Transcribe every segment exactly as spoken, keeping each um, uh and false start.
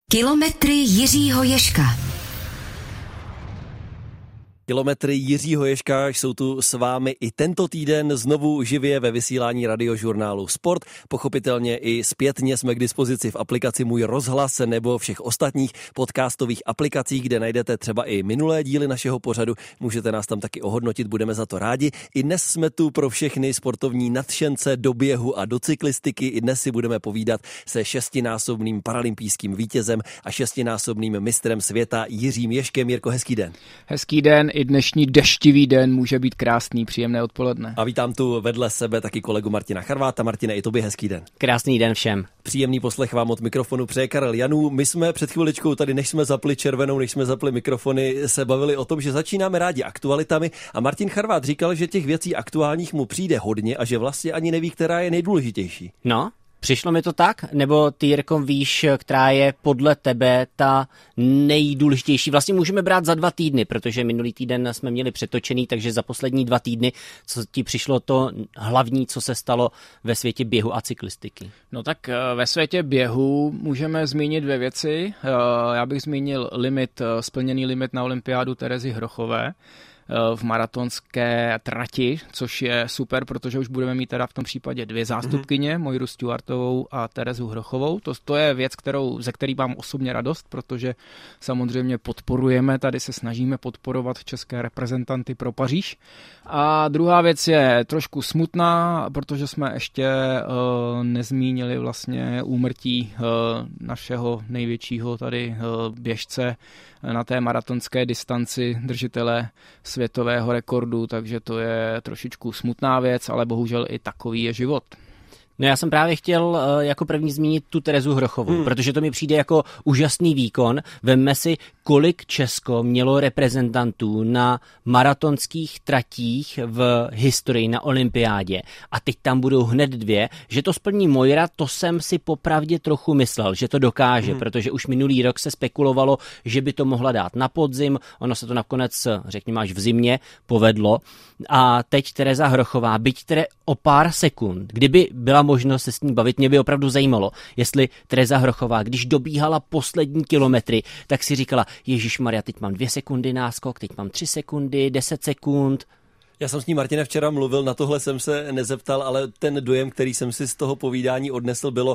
Kilometry Jiřího Ježka. Kilometry Jiřího Ježka jsou tu s vámi i tento týden znovu živě ve vysílání radiožurnálu Sport. Pochopitelně i zpětně jsme k dispozici v aplikaci Můj rozhlas nebo všech ostatních podcastových aplikacích, kde najdete třeba i minulé díly našeho pořadu. Můžete nás tam taky ohodnotit, budeme za to rádi. I dnes jsme tu pro všechny sportovní nadšence do běhu a do cyklistiky. I dnes si budeme povídat se šestinásobným paralympijským vítězem a šestinásobným mistrem světa Jiřím Ježkem. Jirko, hezký den. Hezký den. I dnešní deštivý den může být krásný, příjemné odpoledne. A vítám tu vedle sebe taky kolegu Martina Charváta. Martine, i tobě hezký den. Krásný den všem. Příjemný poslech vám od mikrofonu přeje Karel Janů. My jsme před chviličkou tady, než jsme zapli červenou, než jsme zapli mikrofony, se bavili o tom, že začínáme rádi aktualitami a Martin Charvát říkal, že těch věcí aktuálních mu přijde hodně a že vlastně ani neví, která je nejdůležitější. No, přišlo mi to tak? Nebo ty, Jirko, víš, která je podle tebe ta nejdůležitější? Vlastně můžeme brát za dva týdny, protože minulý týden jsme měli přetočený, takže za poslední dva týdny, co ti přišlo to hlavní, co se stalo ve světě běhu a cyklistiky? No tak ve světě běhu můžeme zmínit dvě věci. Já bych zmínil limit, splněný limit na olympiádu Terezy Hrochové v maratonské trati, což je super, protože už budeme mít teda v tom případě dvě zástupkyně, mm-hmm. Moiru Stuartovou a Terezu Hrochovou. To, to je věc, kterou, ze který mám osobně radost, protože samozřejmě podporujeme, tady se snažíme podporovat české reprezentanty pro Paříž. A druhá věc je trošku smutná, protože jsme ještě uh, nezmínili vlastně úmrtí uh, našeho největšího tady uh, běžce na té maratonské distanci, držitele světového rekordu, takže to je trošičku smutná věc, ale bohužel i takový je život. No já jsem právě chtěl jako první zmínit tu Terezu Hrochovou, hmm. protože to mi přijde jako úžasný výkon. Vemme si, kolik Česko mělo reprezentantů na maratonských tratích v historii na olympiádě a teď tam budou hned dvě. Že to splní Moira, to jsem si popravdě trochu myslel, že to dokáže, hmm. protože už minulý rok se spekulovalo, že by to mohla dát na podzim, ono se to nakonec, řekněme až v zimě, povedlo. A teď Tereza Hrochová, byť tedy o pár sekund, kdyby byla možnost se s ní bavit, mě by opravdu zajímalo, jestli Tereza Hrochová, když dobíhala poslední kilometry, tak si říkala, ježišmarja, teď mám dvě sekundy náskok, teď mám tři sekundy, deset sekund. Já jsem s ní, Martine, včera mluvil, na tohle jsem se nezeptal, ale ten dojem, který jsem si z toho povídání odnesl, bylo,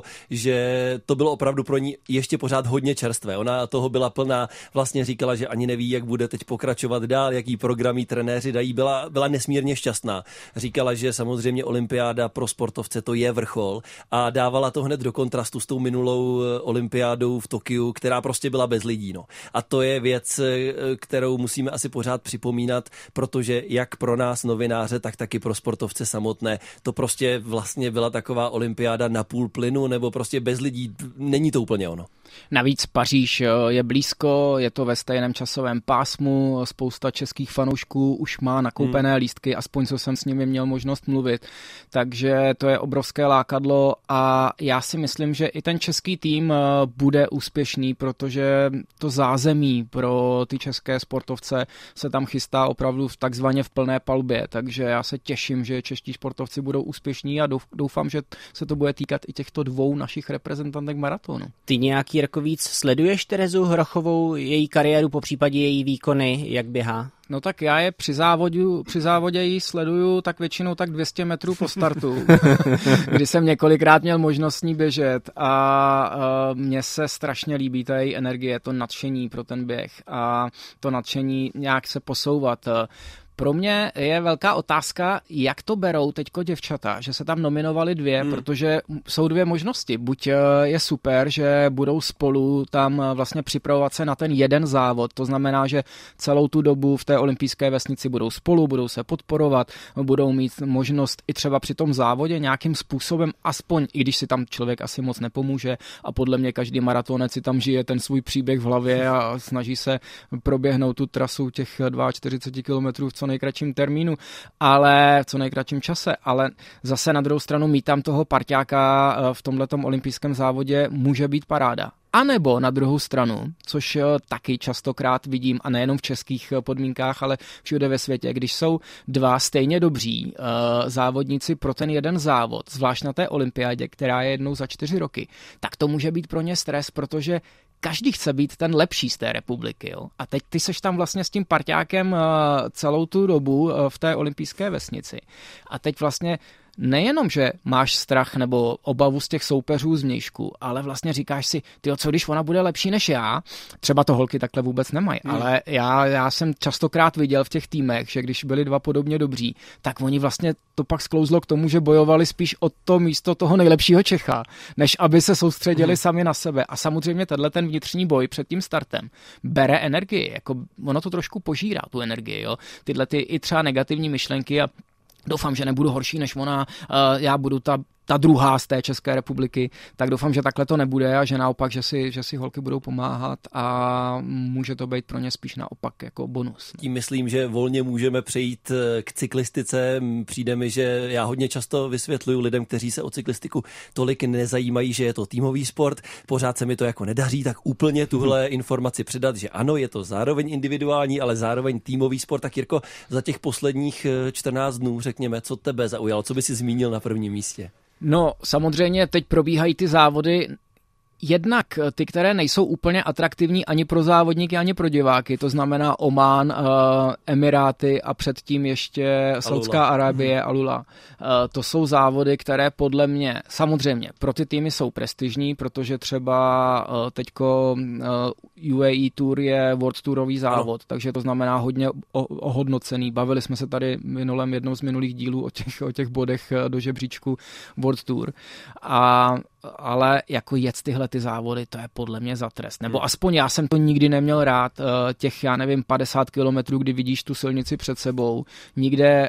že to bylo opravdu pro ní ještě pořád hodně čerstvé. Ona toho byla plná, vlastně říkala, že ani neví, jak bude teď pokračovat dál, jaký programy trenéři dají, byla, byla nesmírně šťastná. Říkala, že samozřejmě olympiáda pro sportovce to je vrchol a dávala to hned do kontrastu s tou minulou olympiádou v Tokiu, která prostě byla bez lidí. No. A to je věc, kterou musíme asi pořád připomínat, protože jak pro nás novináře, tak taky pro sportovce samotné. To prostě vlastně byla taková olympiáda na půl plynu, nebo prostě bez lidí. Není to úplně ono. Navíc Paříž je blízko, je to ve stejném časovém pásmu, spousta českých fanoušků už má nakoupené hmm. lístky, aspoň co jsem s nimi měl možnost mluvit. Takže to je obrovské lákadlo a já si myslím, že i ten český tým bude úspěšný, protože to zázemí pro ty české sportovce se tam chystá opravdu v takzvaně v plné palbě. Takže já se těším, že čeští sportovci budou úspěšní a doufám, že se to bude týkat i těchto dvou našich reprezentantek maratonu. Ty nějaký jako víc sleduješ Terezu Hrochovou, její kariéru, po případě její výkony, jak běhá? No tak já je při závodu, při závodě ji sleduju tak většinou tak dvě stě metrů po startu, kdy jsem několikrát měl možnost s ní běžet a uh, mně se strašně líbí ta její energie, to nadšení pro ten běh a to nadšení nějak se posouvat. Pro mě je velká otázka, jak to berou teďko děvčata, že se tam nominovali dvě, hmm. protože jsou dvě možnosti. Buď je super, že budou spolu tam vlastně připravovat se na ten jeden závod, to znamená, že celou tu dobu v té olympijské vesnici budou spolu, budou se podporovat, budou mít možnost i třeba při tom závodě nějakým způsobem, aspoň, i když si tam člověk asi moc nepomůže a podle mě každý maratonec si tam žije ten svůj příběh v hlavě a snaží se proběhnout tu trasu těch čtyřicet dva kilometrů v co nejkratším termínu, ale v co nejkratším čase, ale zase na druhou stranu mít tam toho parťáka v tomhletom olympijském závodě může být paráda. A nebo na druhou stranu, což taky častokrát vidím, a nejenom v českých podmínkách, ale všude ve světě, když jsou dva stejně dobří uh, závodníci pro ten jeden závod, zvlášť na té olympiádě, která je jednou za čtyři roky, tak to může být pro ně stres, protože každý chce být ten lepší z té republiky. Jo? A teď ty seš tam vlastně s tím parťákem celou tu dobu v té olympijské vesnici. A teď vlastně nejenom, že máš strach nebo obavu z těch soupeřů z vnějšku, ale vlastně říkáš si, tyjo, co když ona bude lepší než já? Třeba to holky takhle vůbec nemají, hmm. ale já, já jsem častokrát viděl v těch týmech, že když byli dva podobně dobří, tak oni vlastně to pak sklouzlo k tomu, že bojovali spíš o to místo toho nejlepšího Čecha, než aby se soustředili hmm. sami na sebe. A samozřejmě tenhle ten vnitřní boj před tím startem bere energii, jako ono to trošku požírá tu energii, jo. Tyhle ty i třeba negativní myšlenky a doufám, že nebudu horší než ona, já budu ta, ta druhá z té České republiky, tak doufám, že takhle to nebude a že naopak, že si, že si holky budou pomáhat a může to být pro ně spíš naopak jako bonus. Tím myslím, že volně můžeme přejít k cyklistice. Přijde mi, že já hodně často vysvětluju lidem, kteří se o cyklistiku tolik nezajímají, že je to týmový sport. Pořád se mi to jako nedaří, tak úplně tuhle hmm. informaci předat, že ano, je to zároveň individuální, ale zároveň týmový sport. Tak Jirko, za těch posledních čtrnáct dnů, řekněme, co tebe zaujalo, co by si zmínil na prvním místě? No, samozřejmě teď probíhají ty závody, jednak ty, které nejsou úplně atraktivní ani pro závodníky, ani pro diváky, to znamená Omán, uh, Emiráty a předtím ještě Saudská Arábie, hmm. Alula. Uh, to jsou závody, které podle mě, samozřejmě, pro ty týmy jsou prestižní, protože třeba uh, teďko uh, U A E Tour je World Tourový závod, ano. takže to znamená hodně o- ohodnocený. Bavili jsme se tady minulém jednou z minulých dílů o těch, o těch bodech do žebříčku World Tour. A ale jako jet tyhle ty závody, to je podle mě za trest. Nebo hmm. aspoň já jsem to nikdy neměl rád, těch, já nevím, padesát kilometrů, kdy vidíš tu silnici před sebou, nikde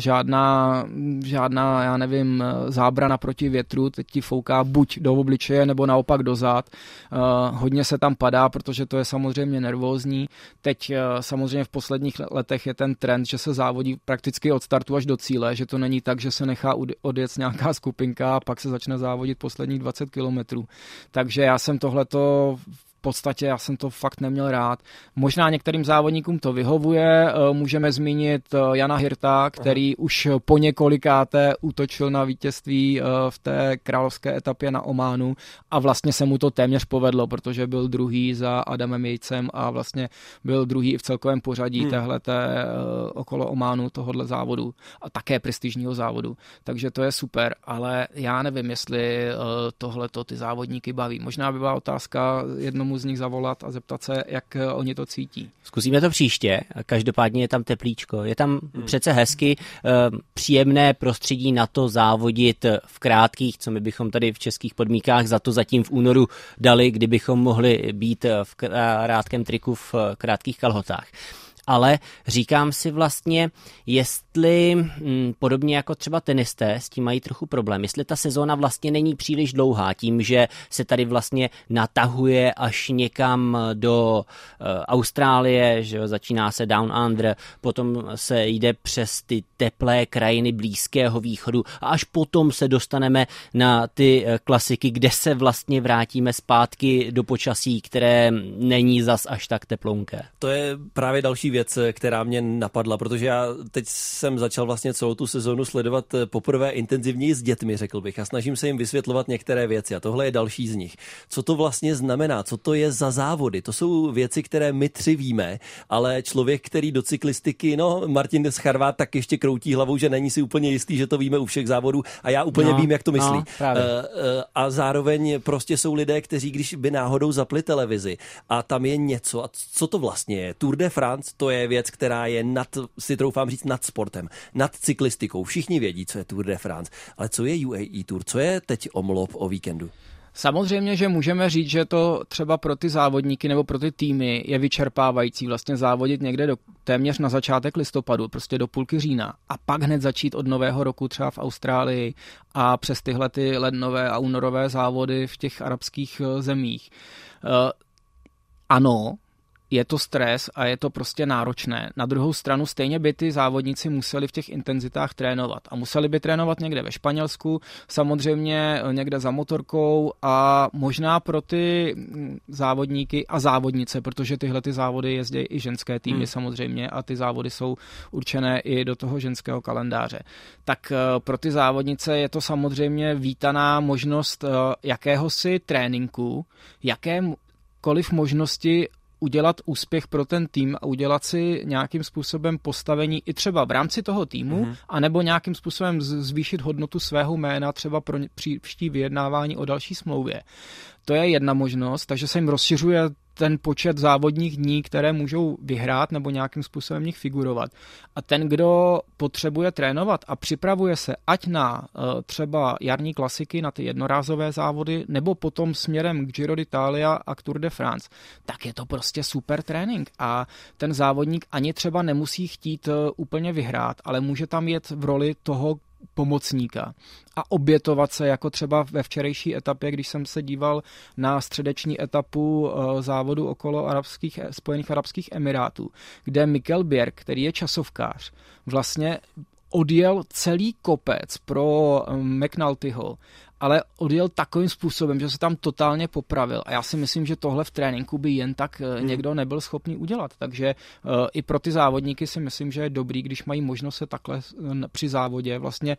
žádná, žádná, já nevím, zábrana proti větru, teď ti fouká buď do obličeje, nebo naopak do zad. Hodně se tam padá, protože to je samozřejmě nervózní. Teď samozřejmě v posledních letech je ten trend, že se závodí prakticky od startu až do cíle, že to není tak, že se nechá odjet nějaká skupinka a pak se začne závodit posledních dvacet kilometrů. Takže já jsem tohleto v podstatě, já jsem to fakt neměl rád. Možná některým závodníkům to vyhovuje. Můžeme zmínit Jana Hirta, který Aha. už po několikáté útočil na vítězství v té královské etapě na Ománu a vlastně se mu to téměř povedlo, protože byl druhý za Adamem Jejcem a vlastně byl druhý i v celkovém pořadí hmm. téhleté okolo Ománu tohohle závodu a také prestižního závodu. Takže to je super, ale já nevím, jestli tohleto ty závodníky baví. Možná by byla otázka jednomu z nich zavolat a zeptat se, jak oni to cítí. Zkusíme to příště. Každopádně je tam teplíčko. Je tam hmm. přece hezky příjemné prostředí na to závodit v krátkých, co my bychom tady v českých podmínkách za to zatím v únoru dali, kdybychom mohli být v krátkém triku v krátkých kalhotách. Ale říkám si vlastně, jestli hm, podobně jako třeba tenisté s tím mají trochu problém, jestli ta sezóna vlastně není příliš dlouhá tím, že se tady vlastně natahuje až někam do uh, Austrálie, že začíná se Down Under, potom se jde přes ty teplé krajiny Blízkého východu a až potom se dostaneme na ty klasiky, kde se vlastně vrátíme zpátky do počasí, které není zas až tak teplonké. To je právě další věc, která mě napadla, protože já teď jsem začal vlastně celou tu sezónu sledovat poprvé intenzivněji s dětmi, řekl bych, a snažím se jim vysvětlovat některé věci a tohle je další z nich. Co to vlastně znamená, co to je za závody? To jsou věci, které my tři víme, ale člověk, který do cyklistiky, no Martin Scharvát tak ještě kroutí hlavou, že není si úplně jistý, že to víme u všech závodů a já úplně no, vím, jak to myslí. No, uh, uh, a zároveň prostě jsou lidé, kteří když by náhodou zapli televizi a tam je něco, a co to vlastně je? Tour de France, to je věc, která je nad, si troufám říct, nad sportem, nad cyklistikou. Všichni vědí, co je Tour de France, ale co je U A E Tour? Co je teď omlop o víkendu? Samozřejmě, že můžeme říct, že to třeba pro ty závodníky nebo pro ty týmy je vyčerpávající vlastně závodit někde do, téměř na začátek listopadu, prostě do půlky října a pak hned začít od nového roku třeba v Austrálii a přes tyhle ty lednové a únorové závody v těch arabských zemích. Uh, ano, je to stres a je to prostě náročné. Na druhou stranu stejně by ty závodníci museli v těch intenzitách trénovat. A museli by trénovat někde ve Španělsku, samozřejmě někde za motorkou a možná pro ty závodníky a závodnice, protože tyhle ty závody jezdí i ženské týmy hmm. samozřejmě a ty závody jsou určené i do toho ženského kalendáře. Tak pro ty závodnice je to samozřejmě vítaná možnost jakéhosi tréninku, jaké jakékoliv možnosti udělat úspěch pro ten tým a udělat si nějakým způsobem postavení i třeba v rámci toho týmu, mm-hmm. anebo nějakým způsobem zvýšit hodnotu svého jména třeba pro příští vyjednávání o další smlouvě. To je jedna možnost, takže se jim rozšiřuje ten počet závodních dní, které můžou vyhrát nebo nějakým způsobem v nich figurovat. A ten, kdo potřebuje trénovat a připravuje se ať na uh, třeba jarní klasiky, na ty jednorázové závody, nebo potom směrem k Giro d'Italia a k Tour de France, tak je to prostě super trénink. A ten závodník ani třeba nemusí chtít uh, úplně vyhrát, ale může tam jet v roli toho pomocníka a obětovat se, jako třeba ve včerejší etapě, když jsem se díval na středeční etapu závodu okolo arabských, Spojených arabských emirátů, kde Mikkel Bjerg, který je časovkář, vlastně odjel celý kopec pro McNultyho, ale odjel takovým způsobem, že se tam totálně popravil. A já si myslím, že tohle v tréninku by jen tak hmm. někdo nebyl schopný udělat. Takže uh, i pro ty závodníky si myslím, že je dobrý, když mají možnost se takhle při závodě vlastně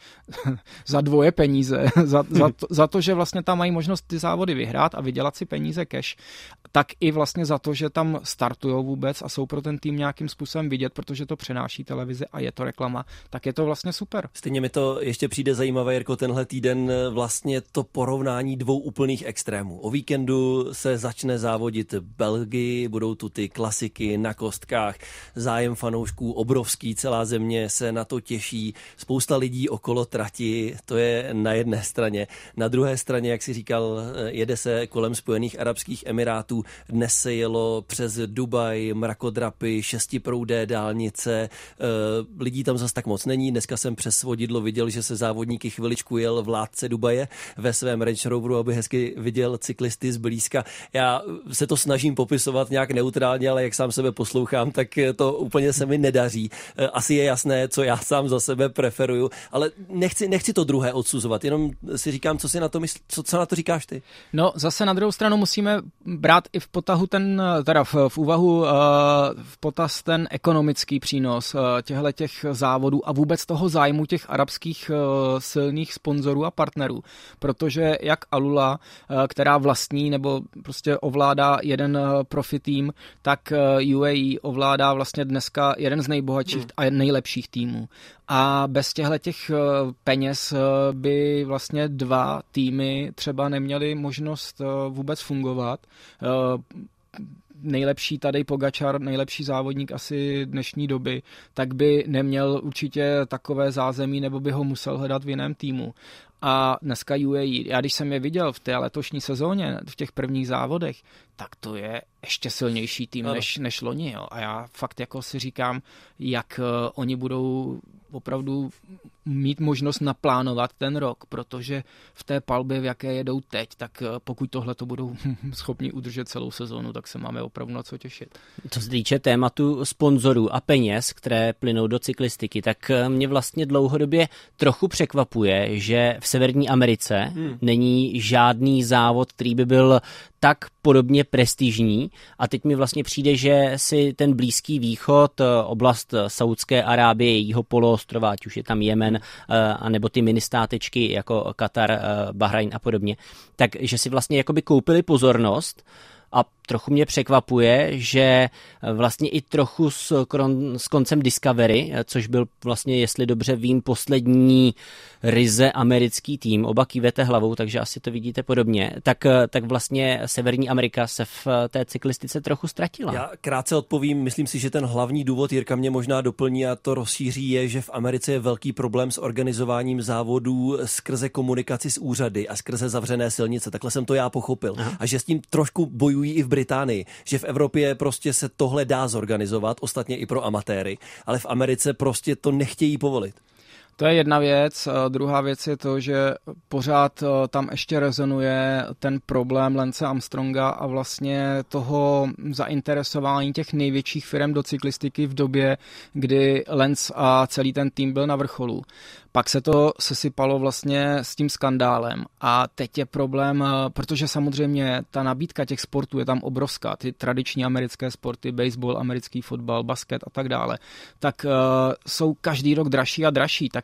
za dvoje peníze, za, za, to, za to, že vlastně tam mají možnost ty závody vyhrát a vydělat si peníze cash, tak i vlastně za to, že tam startujou vůbec a jsou pro ten tým nějakým způsobem vidět, protože to přenáší televize a je to reklama, tak je to vlastně super. Stejně mi to ještě přijde zajímavé, Jirko, tenhle týden vlastně to porovnání dvou úplných extrémů. O víkendu se začne závodit v Belgii, budou tu ty klasiky na kostkách, zájem fanoušků obrovský, celá země se na to těší, spousta lidí okolo trati, to je na jedné straně. Na druhé straně, jak si říkal, jede se kolem Spojených arabských emirátů, dnes se jelo přes Dubaj, mrakodrapy, šestiproudé dálnice, lidí tam zas tak moc není, dneska jsem přes svodidlo viděl, že se závodníky chviličku jel vládce Dubaje ve svém Range Roveru, aby hezky viděl cyklisty zblízka. Já se to snažím popisovat nějak neutrálně, ale jak sám sebe poslouchám, tak to úplně se mi nedaří. Asi je jasné, co já sám za sebe preferuju, ale nechci, nechci to druhé odsuzovat, jenom si říkám, co si na to mysl, co, co na to říkáš ty? No, zase na druhou stranu musíme brát i v potahu ten, teda v, v úvahu uh, v potaz ten ekonomický přínos uh, těchto těch závodů a vůbec toho zájmu těch arabských uh, silných sponzorů a partnerů. Protože jak Alula, která vlastní nebo prostě ovládá jeden profi tým, tak U A E ovládá vlastně dneska jeden z nejbohatších hmm. a nejlepších týmů. A bez těchto těch peněz by vlastně dva týmy třeba neměly možnost vůbec fungovat. Nejlepší tady Pogačar, nejlepší závodník asi dnešní doby, tak by neměl určitě takové zázemí, nebo by ho musel hledat v jiném týmu. A dneska U A E, já když jsem je viděl v té letošní sezóně, v těch prvních závodech, tak to je ještě silnější tým než, než loni. Jo. A já fakt jako si říkám, jak uh, oni budou opravdu mít možnost naplánovat ten rok, protože v té palbě, v jaké jedou teď, tak uh, pokud tohle to budou schopni udržet celou sezónu, tak se máme opravdu na co těšit. Co se týče tématu sponzorů a peněz, které plynou do cyklistiky, tak mě vlastně dlouhodobě trochu překvapuje, že v Severní Americe hmm. není žádný závod, který by byl tak podobně prestižní a teď mi vlastně přijde, že si ten Blízký východ, oblast Saudské Arábie, jejího poloostrova, ať už je tam Jemen, anebo ty ministátečky jako Katar, Bahrajn a podobně, takže si vlastně jakoby koupili pozornost. A trochu mě překvapuje, že vlastně i trochu s, kron, s koncem Discovery, což byl vlastně, jestli dobře vím, poslední ryze americký tým, oba kývete hlavou, takže asi to vidíte podobně, tak, tak vlastně Severní Amerika se v té cyklistice trochu ztratila. Já krátce odpovím, myslím si, že ten hlavní důvod, Jirka mě možná doplní a to rozšíří, je, že v Americe je velký problém s organizováním závodů skrze komunikaci s úřady a skrze zavřené silnice, takhle jsem to já pochopil. Aha. A že s tím trošku bojují i v Británii, že v Evropě prostě se tohle dá zorganizovat, ostatně i pro amatéry, ale v Americe prostě to nechtějí povolit. To je jedna věc. Druhá věc je to, že pořád tam ještě rezonuje ten problém Lance Armstronga a vlastně toho zainteresování těch největších firm do cyklistiky v době, kdy Lance a celý ten tým byl na vrcholu. Pak se to sesypalo vlastně s tím skandálem a teď je problém, protože samozřejmě ta nabídka těch sportů je tam obrovská, ty tradiční americké sporty, baseball, americký fotbal, basket a tak dále, tak uh, jsou každý rok dražší a dražší, tak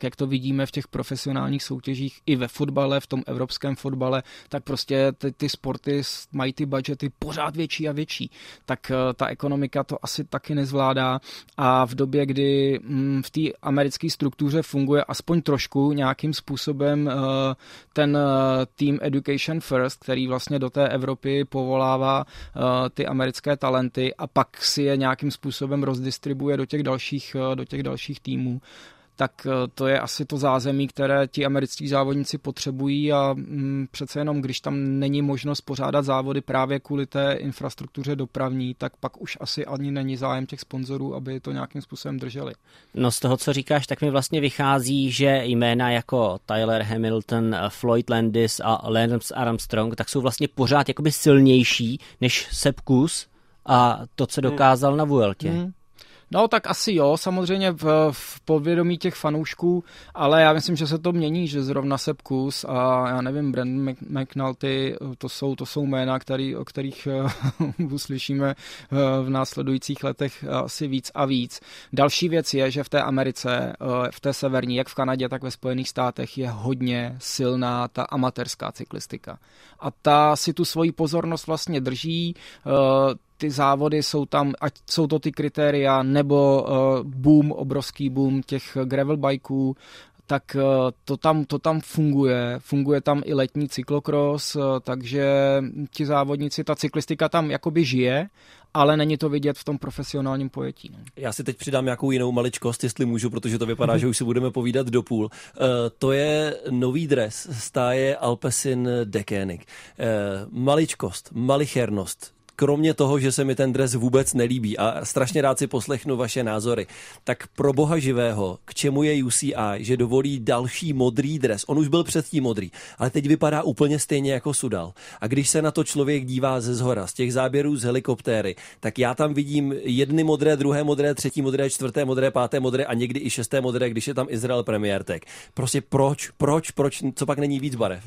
tak jak to vidíme v těch profesionálních soutěžích i ve fotbale, v tom evropském fotbale, tak prostě ty, ty sporty mají ty budžety pořád větší a větší. Tak ta ekonomika to asi taky nezvládá a v době, kdy mm, v té americké struktuře funguje aspoň trošku nějakým způsobem uh, ten uh, Team Education First, který vlastně do té Evropy povolává uh, ty americké talenty a pak si je nějakým způsobem rozdistribuje do těch dalších, uh, do těch dalších týmů, tak to je asi to zázemí, které ti američtí závodníci potřebují a mm, přece jenom, když tam není možnost pořádat závody právě kvůli té infrastruktuře dopravní, tak pak už asi ani není zájem těch sponzorů, aby to nějakým způsobem drželi. No z toho, co říkáš, tak mi vlastně vychází, že jména jako Tyler Hamilton, Floyd Landis a Lance Armstrong, tak jsou vlastně pořád jakoby silnější než Sepp Kuss a to, co dokázal hmm. na Vueltě. Hmm. No tak asi jo, samozřejmě v, v povědomí těch fanoušků, ale já myslím, že se to mění, že zrovna Sepp Kuss a já nevím, Brandon McNulty, to jsou, to jsou jména, který, o kterých uh, uslyšíme uh, v následujících letech asi víc a víc. Další věc je, že v té Americe, uh, v té severní, jak v Kanadě, tak ve Spojených státech je hodně silná ta amatérská cyklistika. A ta si tu svoji pozornost vlastně drží, uh, ty závody jsou tam, ať jsou to ty kritéria, nebo uh, boom, obrovský boom těch gravel bikeů, tak uh, to tam, to tam funguje. Funguje tam i letní cyklokros, uh, takže ti závodníci, ta cyklistika tam jakoby žije, ale není to vidět v tom profesionálním pojetí. No. Já si teď přidám nějakou jinou maličkost, jestli můžu, protože to vypadá, že už si budeme povídat do půl. Uh, to je nový dres stáje Alpecin Deceuninck. Uh, maličkost, malichernost. Kromě toho, že se mi ten dres vůbec nelíbí a strašně rád si poslechnu vaše názory, tak pro boha živého, k čemu je U C I, že dovolí další modrý dres? On už byl předtím modrý, ale teď vypadá úplně stejně jako Sudal. A když se na to člověk dívá ze zhora, z těch záběrů z helikoptéry, tak já tam vidím jedny modré, druhé modré, třetí modré, čtvrté modré, páté modré a někdy i šesté modré, když je tam Israel Premier Tech. Prostě proč, proč, proč, co pak není víc barev?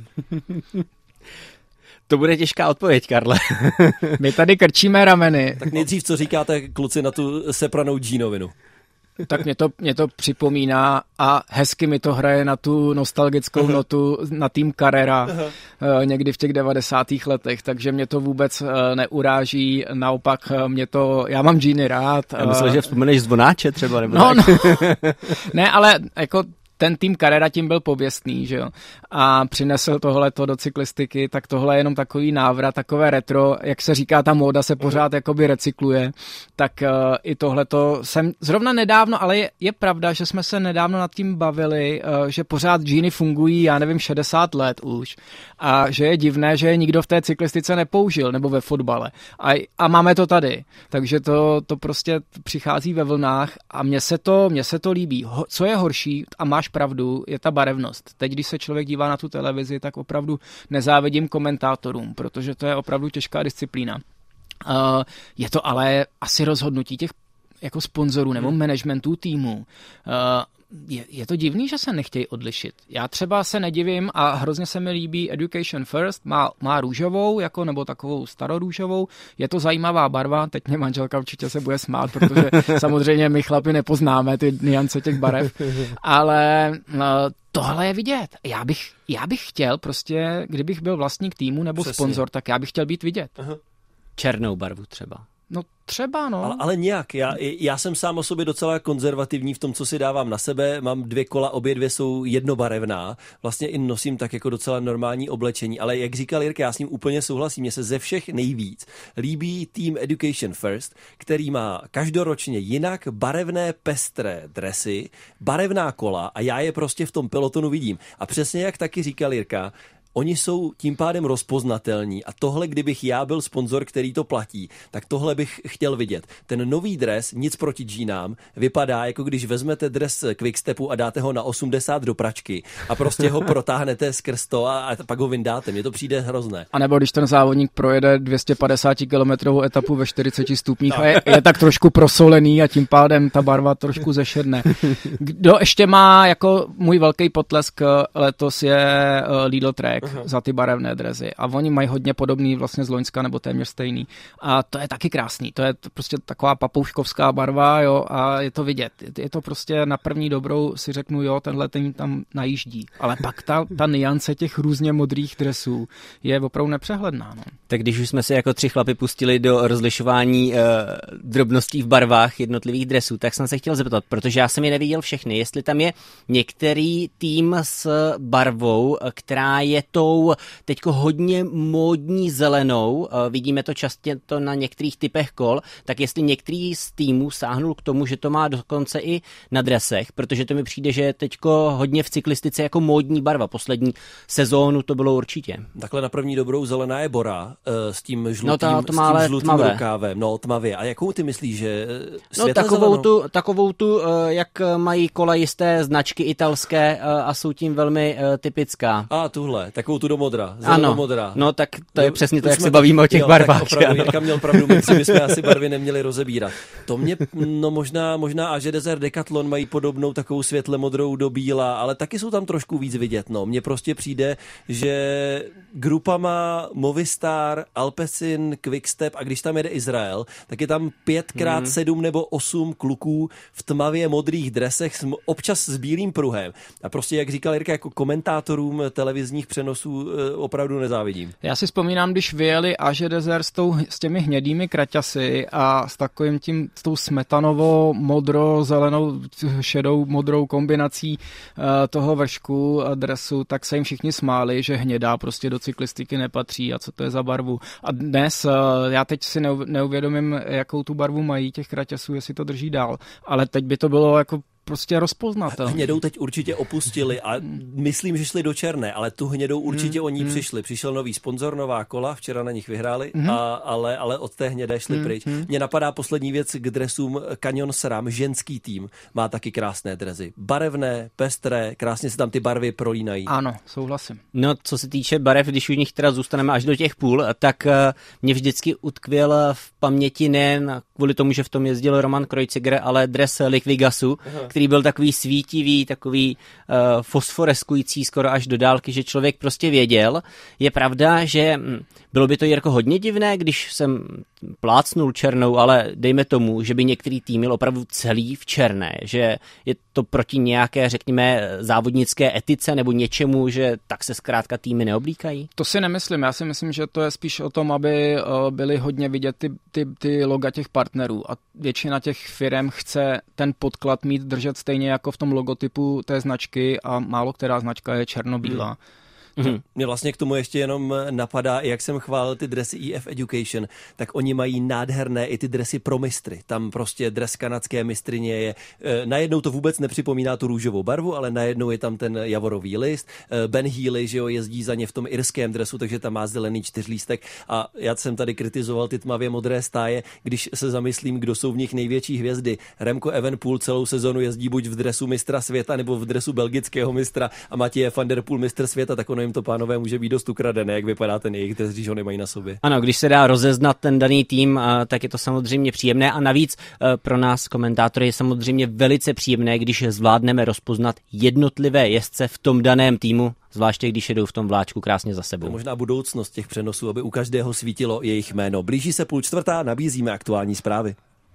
To bude těžká odpověď, Karle. My tady krčíme rameny. Tak nejdřív, co říkáte, kluci, na tu sepranou džínovinu? Tak mě to, mě to připomíná a hezky mi to hraje na tu nostalgickou uh-huh. notu na tým Carrera uh-huh. někdy v těch devadesátých letech, takže mě to vůbec neuráží, naopak mě to, já mám džíny rád. Já myslím, že vzpomeneš Zvonáče třeba, nebo no, tak. No. Ne, ale jako ten tým Carrera tím byl pověstný, že jo, a přinesl tohleto do cyklistiky, tak tohle je jenom takový návrat, takové retro, jak se říká, ta móda se pořád jakoby recykluje, tak uh, i tohleto jsem zrovna nedávno, ale je, je pravda, že jsme se nedávno nad tím bavili, uh, že pořád džíny fungují, já nevím, šedesát let už a že je divné, že je nikdo v té cyklistice nepoužil, nebo ve fotbale a, a máme to tady, takže to, to prostě přichází ve vlnách a mně se to, mně se to líbí. Ho, co je horší, a máš pravdu, je ta barevnost. Teď, když se člověk dívá na tu televizi, tak opravdu nezávidím komentátorům, protože to je opravdu těžká disciplína. Uh, je to ale asi rozhodnutí těch jako sponzorů nebo managementů týmu. Uh, je, je to divný, že se nechtějí odlišit. Já třeba se nedivím a hrozně se mi líbí Education First, má, má růžovou, jako nebo takovou starorůžovou, je to zajímavá barva, teď mě manželka určitě se bude smát, protože samozřejmě my chlapi nepoznáme ty niance těch barev, ale uh, tohle je vidět. Já bych, já bych chtěl prostě, kdybych byl vlastník týmu nebo Přesně. sponzor, tak já bych chtěl být vidět. Aha. Černou barvu třeba. No třeba, no. Ale, ale nějak. Já, já jsem sám o sobě docela konzervativní v tom, co si dávám na sebe. Mám dvě kola, obě dvě jsou jednobarevná. Vlastně i nosím tak jako docela normální oblečení. Ale jak říkal Jirka, já s ním úplně souhlasím. Mně se ze všech nejvíc líbí Team Education First, který má každoročně jinak barevné pestré dresy, barevná kola a já je prostě v tom pelotonu vidím. A přesně jak taky říkal Jirka, oni jsou tím pádem rozpoznatelní a tohle, kdybych já byl sponzor, který to platí, tak tohle bych chtěl vidět. Ten nový dres, nic proti džínám, vypadá jako když vezmete dres Quickstepu a dáte ho na osmdesát do pračky a prostě ho protáhnete skrz to a, a pak ho vyndáte. Mně to přijde hrozné. A nebo když ten závodník projede dvě stě padesát kilometrovou etapu ve čtyřiceti stupních a je, je tak trošku prosolený a tím pádem ta barva trošku zešedne. Kdo ještě má jako můj velký potlesk letos je Lidl Trek. uh-huh. za ty barevné dresy. A oni mají hodně podobný vlastně z loňska, nebo téměř stejný. A to je taky krásný. To je prostě taková papouškovská barva, jo, a je to vidět. Je to prostě na první dobrou si řeknu, jo, tenhle tým tam najíždí. Ale pak ta, ta niance těch různě modrých dresů je opravdu nepřehledná. No. Tak když už jsme se jako tři chlapi pustili do rozlišování uh, drobností v barvách jednotlivých dresů, tak jsem se chtěl zeptat, protože já jsem je neviděl všechny, jestli tam je některý tým s barvou, která je tou teďko hodně módní zelenou, uh, vidíme to často to na některých typech kol, tak jestli některý z týmů sáhnul k tomu, že to má dokonce i na dresech, protože to mi přijde, že je teďko hodně v cyklistice jako módní barva. Poslední sezónu to bylo určitě. Takhle na první dobrou zelená je Bora uh, s tím žlutým, no to, to s tím žlutým rukávem. No, tmavě. A jakou ty myslíš, že no, takovou tu, takovou tu, uh, jak mají kola jisté značky italské uh, a jsou tím velmi uh, typická. A tuhle, takovou tu do modra. Ano, modra. No tak to je no, přesně to, jak se bavíme o těch jo, barvách. Tak opravdu, Jirka měl pravdu, my bychom asi barvy neměli rozebírat. To mě, no možná, možná A G Desert Decathlon mají podobnou takovou světle modrou do bíla, ale taky jsou tam trošku víc vidět. No, mně prostě přijde, že grupama Movistar, Alpecin, Quickstep a když tam jede Izrael, tak je tam pětkrát hmm. sedm nebo osm kluků v tmavě modrých dresech, občas s bílým pruhem. A prostě, jak říkal Jirka, jako komentátorům televizních přenosů opravdu nezávidím. Já si vzpomínám, když vyjeli A G Desert s, tou, s těmi hnědými kraťasy a s takovým tím, s tou smetanovou, modro, zelenou, šedou, modrou kombinací uh, toho vršku a dresu, tak se jim všichni smáli, že hnědá prostě do cyklistiky nepatří a co to je za barvu. A dnes, uh, já teď si neuvědomím, jakou tu barvu mají těch kraťasů, jestli to drží dál, ale teď by to bylo jako prostě rozpoznatelný. Hnědou teď určitě opustili a myslím, že šli do černé, ale tu hnědou určitě mm, oni mm. přišli. Přišel nový sponzor, nová kola, včera na nich vyhráli, mm. a, ale, ale od té hnědé šli mm, pryč. Mm. Mně napadá poslední věc k dresům. Canyon SRAM, ženský tým, má taky krásné dresy. Barevné, pestré, krásně se tam ty barvy prolínají. Ano, souhlasím. No, co se týče barev, když u nich teda zůstaneme až do těch půl, tak uh, mě vždycky utkvěl v paměti nejen kvůli tomu, že v tom jezdil Roman Kreuziger, ale dres Liquigasu, aha, který byl takový svítivý, takový uh, fosforeskující skoro až do dálky, že člověk prostě věděl. Je pravda, že hm, bylo by to Jirko hodně divné, když jsem plácnul černou, ale dejme tomu, že by některý tým měl opravdu celý v černé, že je to proti nějaké, řekněme, závodnické etice nebo něčemu, že tak se zkrátka týmy neoblíkají? To si nemyslím, já si myslím, že to je spíš o tom, aby byly hodně vidět ty, ty, ty loga těch partnerů a většina těch firem chce ten podklad mít držet stejně jako v tom logotypu té značky a málo která značka je černobílá. Hmm. Mm-hmm. Mě vlastně k tomu ještě jenom napadá, jak jsem chválil ty dresy E F Education, tak oni mají nádherné i ty dresy pro mistry. Tam prostě dres kanadské mistryně je, e, najednou to vůbec nepřipomíná tu růžovou barvu, ale najednou je tam ten javorový list. E, Ben Healy, že jo, jezdí za ně v tom irském dresu, takže tam má zelený čtyřlístek a já jsem tady kritizoval ty tmavě modré stáje, když se zamyslím, kdo jsou v nich největší hvězdy. Remco Evenepoel celou sezonu jezdí buď v dresu mistra světa nebo v dresu belgického mistra a Mathieu van der Poel mistr světa, tak ono jim to, pánové, může být dost ukradené, jak vypadá ten jejich dres, když ho nemají na sobě. Ano, když se dá rozeznat ten daný tým, tak je to samozřejmě příjemné a navíc pro nás komentátory je samozřejmě velice příjemné, když zvládneme rozpoznat jednotlivé jezdce v tom daném týmu, zvláště když jedou v tom vláčku krásně za sebou. To možná budoucnost těch přenosů, aby u každého svítilo jejich jméno. Blíží se půl čtvrtá, nabízíme aktuální zprávy.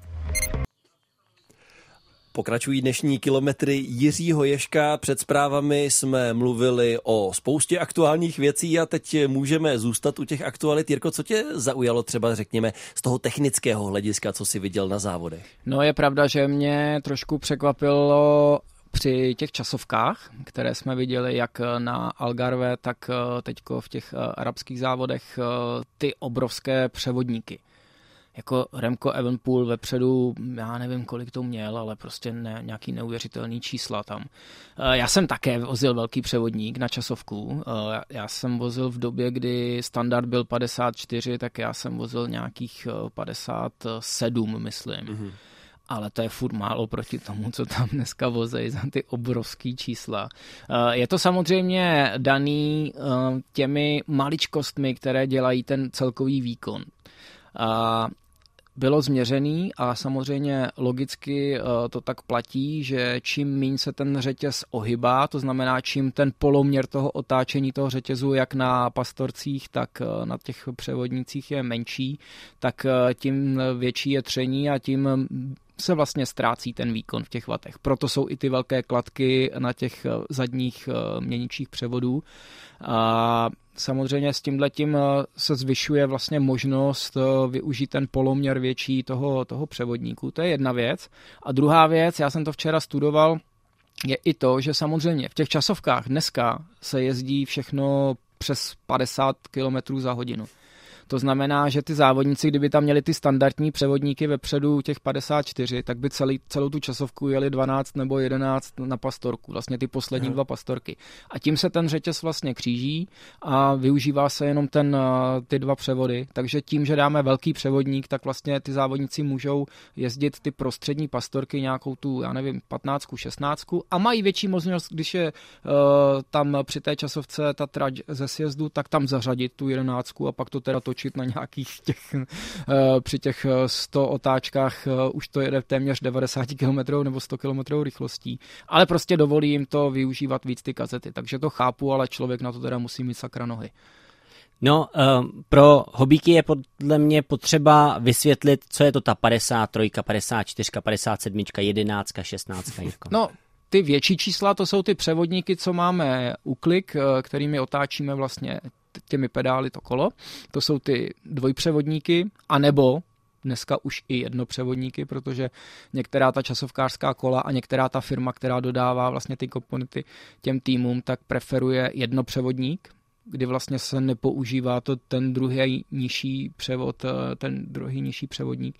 Pokračují dnešní kilometry Jiřího Ježka. Před zprávami jsme mluvili o spoustě aktuálních věcí a teď můžeme zůstat u těch aktualit. Jirko, co tě zaujalo třeba, řekněme, z toho technického hlediska, co jsi viděl na závodech? No je pravda, že mě trošku překvapilo při těch časovkách, které jsme viděli jak na Algarve, tak teďko v těch arabských závodech, ty obrovské převodníky. Jako Remco Evenepoel vepředu, já nevím, kolik to měl, ale prostě ne, nějaký neuvěřitelný čísla tam. Já jsem také vozil velký převodník na časovku. Já jsem vozil v době, kdy standard byl padesát čtyři, tak já jsem vozil nějakých padesát sedm, myslím. Mm-hmm. Ale to je furt málo proti tomu, co tam dneska vozejí za ty obrovský čísla. Je to samozřejmě daný těmi maličkostmi, které dělají ten celkový výkon. A bylo změřený a samozřejmě logicky to tak platí, že čím míň se ten řetěz ohybá, to znamená čím ten poloměr toho otáčení toho řetězu jak na pastorcích, tak na těch převodnících je menší, tak tím větší je tření a tím se vlastně ztrácí ten výkon v těch vatech. Proto jsou i ty velké kladky na těch zadních měničích převodů. A samozřejmě s tímhletím se zvyšuje vlastně možnost využít ten poloměr větší toho, toho převodníku. To je jedna věc. A druhá věc, já jsem to včera studoval, je i to, že samozřejmě v těch časovkách dneska se jezdí všechno přes padesát kilometrů za hodinu. To znamená, že ty závodníci, kdyby tam měli ty standardní převodníky vepředu těch padesát čtyři, tak by celý, celou tu časovku jeli dvanáct nebo jedenáct na pastorku, vlastně ty poslední Aha. dva pastorky. A tím se ten řetěz vlastně kříží a využívá se jenom ten, ty dva převody. Takže tím, že dáme velký převodník, tak vlastně ty závodníci můžou jezdit ty prostřední pastorky nějakou tu, já nevím, patnáctku, šestnáctku a mají větší možnost, když je uh, tam při té časovce ta trať ze sjezdu, tak tam zařadit tu jedenáctku a pak to teda točit na nějakých těch, při těch sto otáčkách už to jede téměř devadesát kilometrů nebo sto kilometrů rychlostí, ale prostě dovolí jim to využívat víc ty kazety, takže to chápu, ale člověk na to teda musí mít sakra nohy. No, pro hobíky je podle mě potřeba vysvětlit, co je to ta padesát tři, padesát čtyři, padesát sedm, jedenáct, šestnáct. Jirko. No, ty větší čísla, to jsou ty převodníky, co máme u Klik, kterými otáčíme vlastně těmi pedály to kolo. To jsou ty dvojpřevodníky, anebo dneska už i jednopřevodníky, protože některá ta časovkářská kola a některá ta firma, která dodává vlastně ty komponenty těm týmům, tak preferuje jednopřevodník, kdy vlastně se nepoužívá to ten druhý nižší převod, ten druhý nižší převodník.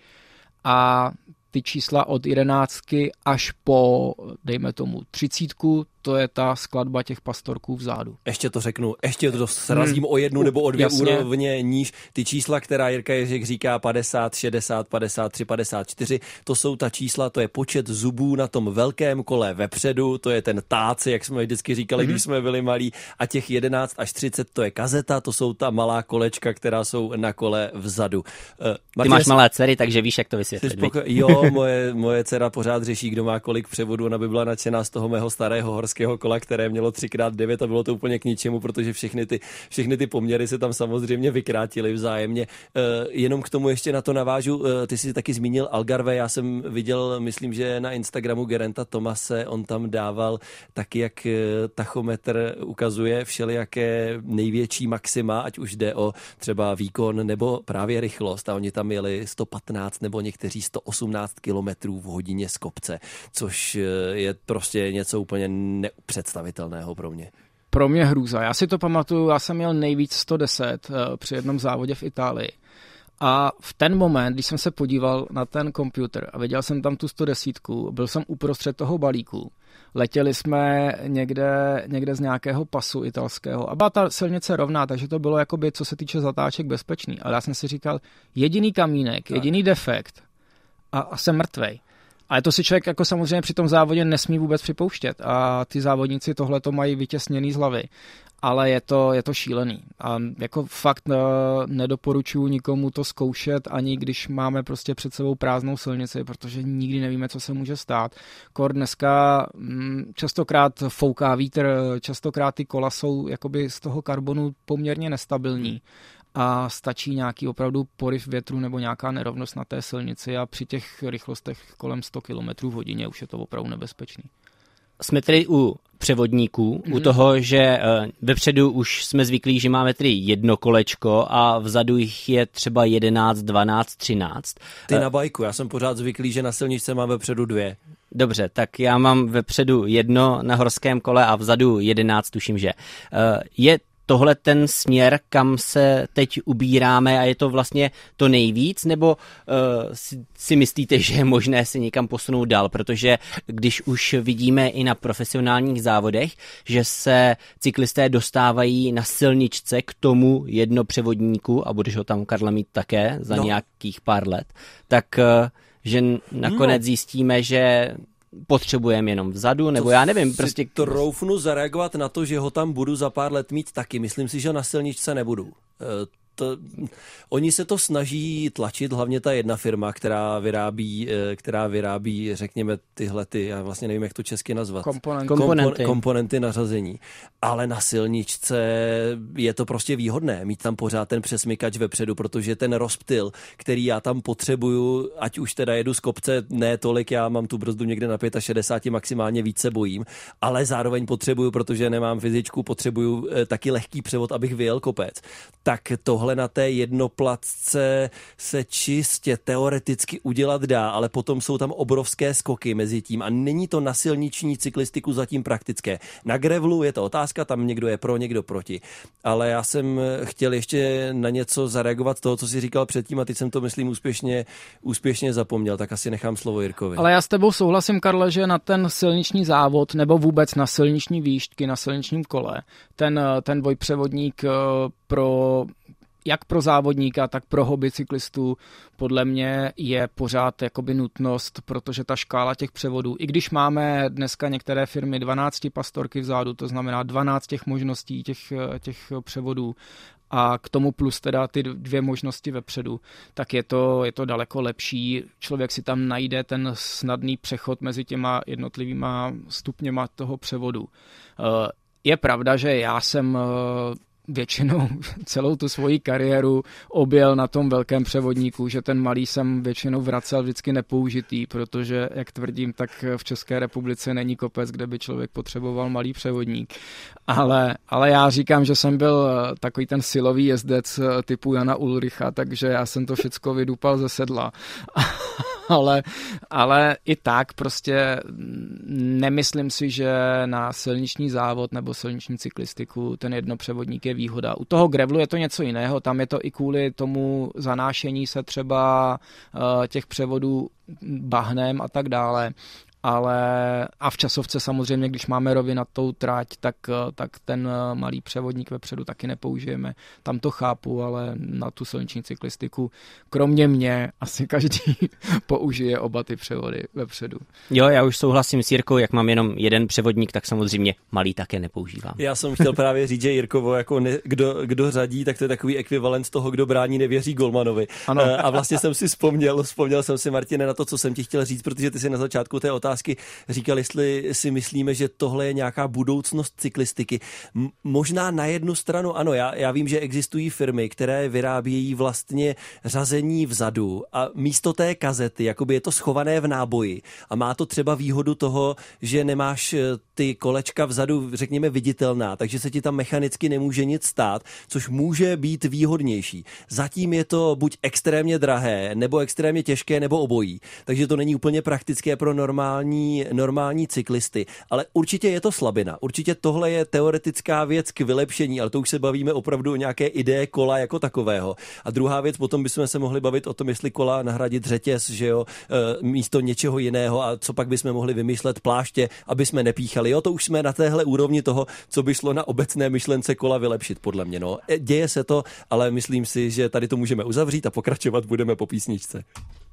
A ty čísla od jedenáctky až po, dejme tomu, třicítku, to je ta skladba těch pastorků vzadu. Ještě to řeknu, ještě to srazím hmm. o jednu nebo o dvě Jasně. úrovně níž. Ty čísla, která Jirka Ježek říká padesát, šedesát, padesát tři, padesát čtyři, to jsou ta čísla, to je počet zubů na tom velkém kole vepředu, to je ten tác, jak jsme vždycky říkali, hmm. když jsme byli malí, a těch jedenáct až třicet, to je kazeta, to jsou ta malá kolečka, která jsou na kole vzadu. Uh, Martin, Ty máš malé dcery, takže víš, jak to vysvětlit. Spoko- jo, moje, moje dcera pořád řeší, kdo má kolik převodů, ona by byla nadšená z toho mého starého horského kola, které mělo tři krát devět a bylo to úplně k ničemu, protože všechny ty, všechny ty poměry se tam samozřejmě vykrátily vzájemně. Uh, jenom k tomu ještě na to navážu, uh, ty jsi taky zmínil Algarve, já jsem viděl, myslím, že na Instagramu Gerainta Thomase, on tam dával taky, jak uh, tachometr ukazuje všelijaké největší maxima, ať už jde o třeba výkon nebo právě rychlost, a oni tam jeli sto patnáct nebo někteří sto osmnáct kilometrů v hodině z kopce, což uh, je prostě něco úplně nepředstavitelného pro mě. Pro mě hrůza. Já si to pamatuju, já jsem měl nejvíc sto deset uh, při jednom závodě v Itálii. A v ten moment, když jsem se podíval na ten počítač a viděl jsem tam tu sto deset, byl jsem uprostřed toho balíku. Letěli jsme někde, někde z nějakého pasu italského a byla ta silnice rovná, takže to bylo jakoby, co se týče zatáček, bezpečný. Ale já jsem si říkal, jediný kamínek, tak. jediný defekt a, a jsem mrtvej. Ale to si člověk jako samozřejmě při tom závodě nesmí vůbec připouštět a ty závodníci tohle to mají vytěsněný z hlavy. Ale je to, je to šílený. A jako fakt nedoporučuji nikomu to zkoušet, ani když máme prostě před sebou prázdnou silnici, protože nikdy nevíme, co se může stát. Kor dneska častokrát fouká vítr, častokrát ty kola jsou jakoby z toho karbonu poměrně nestabilní. A stačí nějaký opravdu poryv větru nebo nějaká nerovnost na té silnici a při těch rychlostech kolem sto kilometrů v hodině už je to opravdu nebezpečný. Jsme tedy u převodníků, mm. u toho, že uh, vepředu už jsme zvyklí, že máme tedy jedno kolečko a vzadu jich je třeba jedenáct, dvanáct, třináct. Ty na bajku, já jsem pořád zvyklý, že na silničce mám vepředu dvě. Dobře, tak já mám vepředu jedno na horském kole a vzadu jedenáct, tuším, že. Uh, je tohle ten směr, kam se teď ubíráme a je to vlastně to nejvíc, nebo uh, si, si myslíte, že je možné se někam posunout dál, protože když už vidíme i na profesionálních závodech, že se cyklisté dostávají na silničce k tomu jednopřevodníku a budeš ho tam, Karle, mít také za no. nějakých pár let, tak uh, že nakonec no. zjistíme, že potřebujeme jenom vzadu, nebo to já nevím, prostě... To troufnu zareagovat na to, že ho tam budu za pár let mít taky. Myslím si, že na silničce nebudu. To, oni se to snaží tlačit, hlavně ta jedna firma, která vyrábí, která vyrábí, řekněme, tyhle ty, já vlastně nevím, jak to česky nazvat. Komponenty. Komponenty. Komponenty na řazení. Ale na silničce je to prostě výhodné mít tam pořád ten přesmykač vepředu, protože ten rozptyl, který já tam potřebuju, ať už teda jedu z kopce, ne tolik, já mám tu brzdu někde na šedesát pět, maximálně více bojím, ale zároveň potřebuju, protože nemám fyzičku, potřebuju taky lehký převod, abych vyjel kopec. Tak tohle na té jednoplatce se čistě teoreticky udělat dá, ale potom jsou tam obrovské skoky mezi tím a není to na silniční cyklistiku zatím praktické. Na grevlu je to otázka, tam někdo je pro, někdo proti. Ale já jsem chtěl ještě na něco zareagovat z toho, co jsi říkal předtím a teď jsem to, myslím, úspěšně, úspěšně zapomněl, tak asi nechám slovo Jirkovi. Ale já s tebou souhlasím, Karle, že na ten silniční závod nebo vůbec na silniční výšky, na silničním kole, ten, ten dvojpřevodník pro jak pro závodníka, tak pro hobby cyklistů podle mě je pořád jakoby nutnost, protože ta škála těch převodů, i když máme dneska některé firmy dvanáct pastorky vzadu, to znamená dvanáct těch možností těch, těch převodů a k tomu plus teda ty dvě možnosti vepředu, tak je to, je to daleko lepší. Člověk si tam najde ten snadný přechod mezi těma jednotlivýma stupněma toho převodu. Je pravda, že já jsem většinou celou tu svoji kariéru objel na tom velkém převodníku, že ten malý jsem většinou vracel vždycky nepoužitý, protože, jak tvrdím, tak v České republice není kopec, kde by člověk potřeboval malý převodník. Ale, ale já říkám, že jsem byl takový ten silový jezdec typu Jana Ulricha, takže já jsem to všecko vydupal ze sedla. ale, ale i tak prostě nemyslím si, že na silniční závod nebo silniční cyklistiku ten jednopřevodník je výhoda. U toho grevlu je to něco jiného, tam je to i kvůli tomu zanášení se třeba uh, těch převodů bahnem a tak dále. Ale a v časovce samozřejmě, když máme rovinatou trať, tak, tak ten malý převodník vepředu taky nepoužijeme. Tam to chápu, ale na tu silniční cyklistiku, kromě mě, asi každý použije oba ty převody vepředu. Jo, já už souhlasím s Jirkou, jak mám jenom jeden převodník, tak samozřejmě malý také nepoužívám. Já jsem chtěl právě říct, že Jirkovo, jako ne, kdo, kdo řadí, tak to je takový ekvivalent toho, kdo brání, nevěří golmanovi. Ano. A vlastně jsem si vzpomněl, vzpomněl jsem si, Martine, na to, co jsem ti chtěl říct, protože ty si na začátku té otázky říkal, jestli si myslíme, že tohle je nějaká budoucnost cyklistiky. M- možná na jednu stranu ano, já, já vím, že existují firmy, které vyrábějí vlastně řazení vzadu a místo té kazety, jakoby je to schované v náboji a má to třeba výhodu toho, že nemáš ty kolečka vzadu, řekněme, viditelná, takže se ti tam mechanicky nemůže nic stát, což může být výhodnější. Zatím je to buď extrémně drahé, nebo extrémně těžké, nebo obojí. Takže to není úplně praktické pro normální normální cyklisty, ale určitě je to slabina. Určitě tohle je teoretická věc k vylepšení, ale to už se bavíme opravdu o nějaké ideje kola jako takového. A druhá věc, potom bychom se mohli bavit o tom, jestli kola nahradit řetěz, že jo, místo něčeho jiného a co pak bychom mohli vymyslet pláště, aby jsme nepíchali. Jo, to už jsme na téhle úrovni toho, co by šlo na obecné myšlence kola vylepšit, podle mě. No. Děje se to, ale myslím si, že tady to můžeme uzavřít a pokračovat budeme po písničce.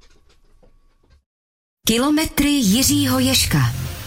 Kilometry Jiřího Ježka.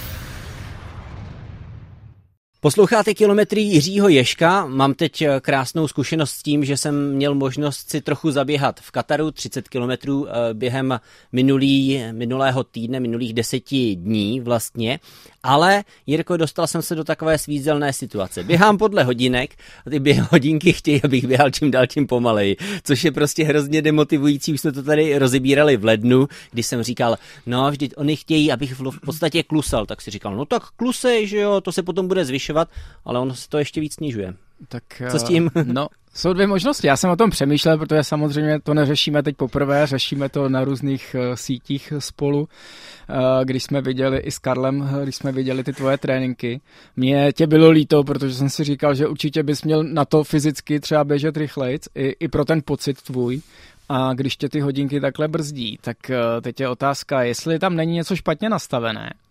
Posloucháte Kilometry Jiřího Ježka. Mám teď krásnou zkušenost s tím, že jsem měl možnost si trochu zaběhat v Kataru třicet kilometrů během minulý, minulého týdne, minulých deseti dní vlastně. Ale, Jirko, dostal jsem se do takové svízelné situace. Běhám podle hodinek a ty běh hodinky chtějí, abych běhal čím dál tím pomaleji, což je prostě hrozně demotivující. Už jsme to tady rozebírali v lednu, když jsem říkal, no vždyť oni chtějí, abych v podstatě klusal. Tak si říkal, no tak klusej, že jo, to se potom bude zvyšovat, ale ono se to ještě víc snižuje. Tak, co s tím? No, jsou dvě možnosti. Já jsem o tom přemýšlel, protože samozřejmě to neřešíme teď poprvé, řešíme to na různých uh, sítích spolu, uh, když jsme viděli i s Karlem, když jsme viděli ty tvoje tréninky. Mně tě bylo líto, protože jsem si říkal, že určitě bys měl na to fyzicky třeba běžet rychlejc, i, i pro ten pocit tvůj. A když tě ty hodinky takhle brzdí, tak teď je otázka, jestli tam není něco špatně nastavené,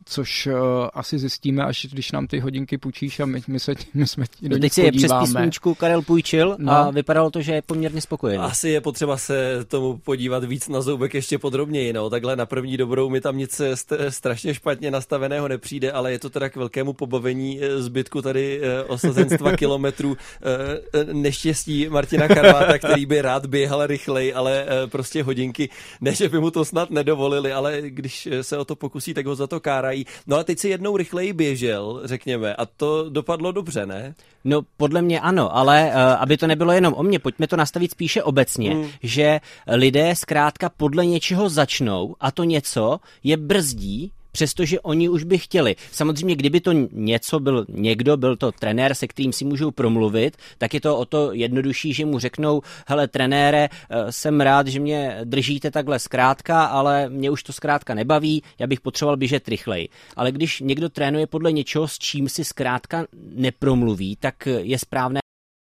což uh, asi zjistíme, až když nám ty hodinky půjčíš a my, my, se, my jsme do nich Teď si je přes písničku Karel půjčil no. a vypadalo to, že je poměrně spokojený. Asi je potřeba se tomu podívat víc na zoubek ještě podrobněji. No. Takhle na první dobrou mi tam nic strašně špatně nastaveného nepřijde, ale je to teda k velkému pobavení zbytku tady osazenstva kilometrů neštěstí Martina Karváta, který by rád běhal rychleji, ale prostě hodinky, ne, že by mu to snad nedovolili, ale když se o to pokusí, tak ho za to kárají. No a teď si jednou rychleji běžel, řekněme, a to dopadlo dobře, ne? No podle mě ano, ale uh, aby to nebylo jenom o mně, pojďme to nastavit spíše obecně, hmm. že lidé zkrátka podle něčeho začnou a to něco je brzdí, přestože oni už by chtěli. Samozřejmě, kdyby to něco byl někdo, byl to trenér, se kterým si můžou promluvit, tak je to o to jednodušší, že mu řeknou, hele trenére, jsem rád, že mě držíte takhle zkrátka, ale mě už to zkrátka nebaví, já bych potřeboval běžet rychleji. Ale když někdo trénuje podle něčeho, s čím si zkrátka nepromluví, tak je správné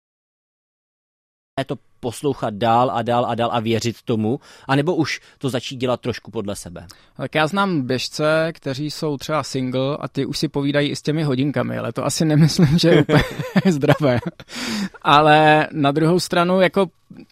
to poslouchat dál a dál a dál a věřit tomu, anebo už to začít dělat trošku podle sebe. Tak já znám běžce, kteří jsou třeba single a ty už si povídají i s těmi hodinkami, ale to asi nemyslím, že je úplně zdravé. Ale na druhou stranu, jako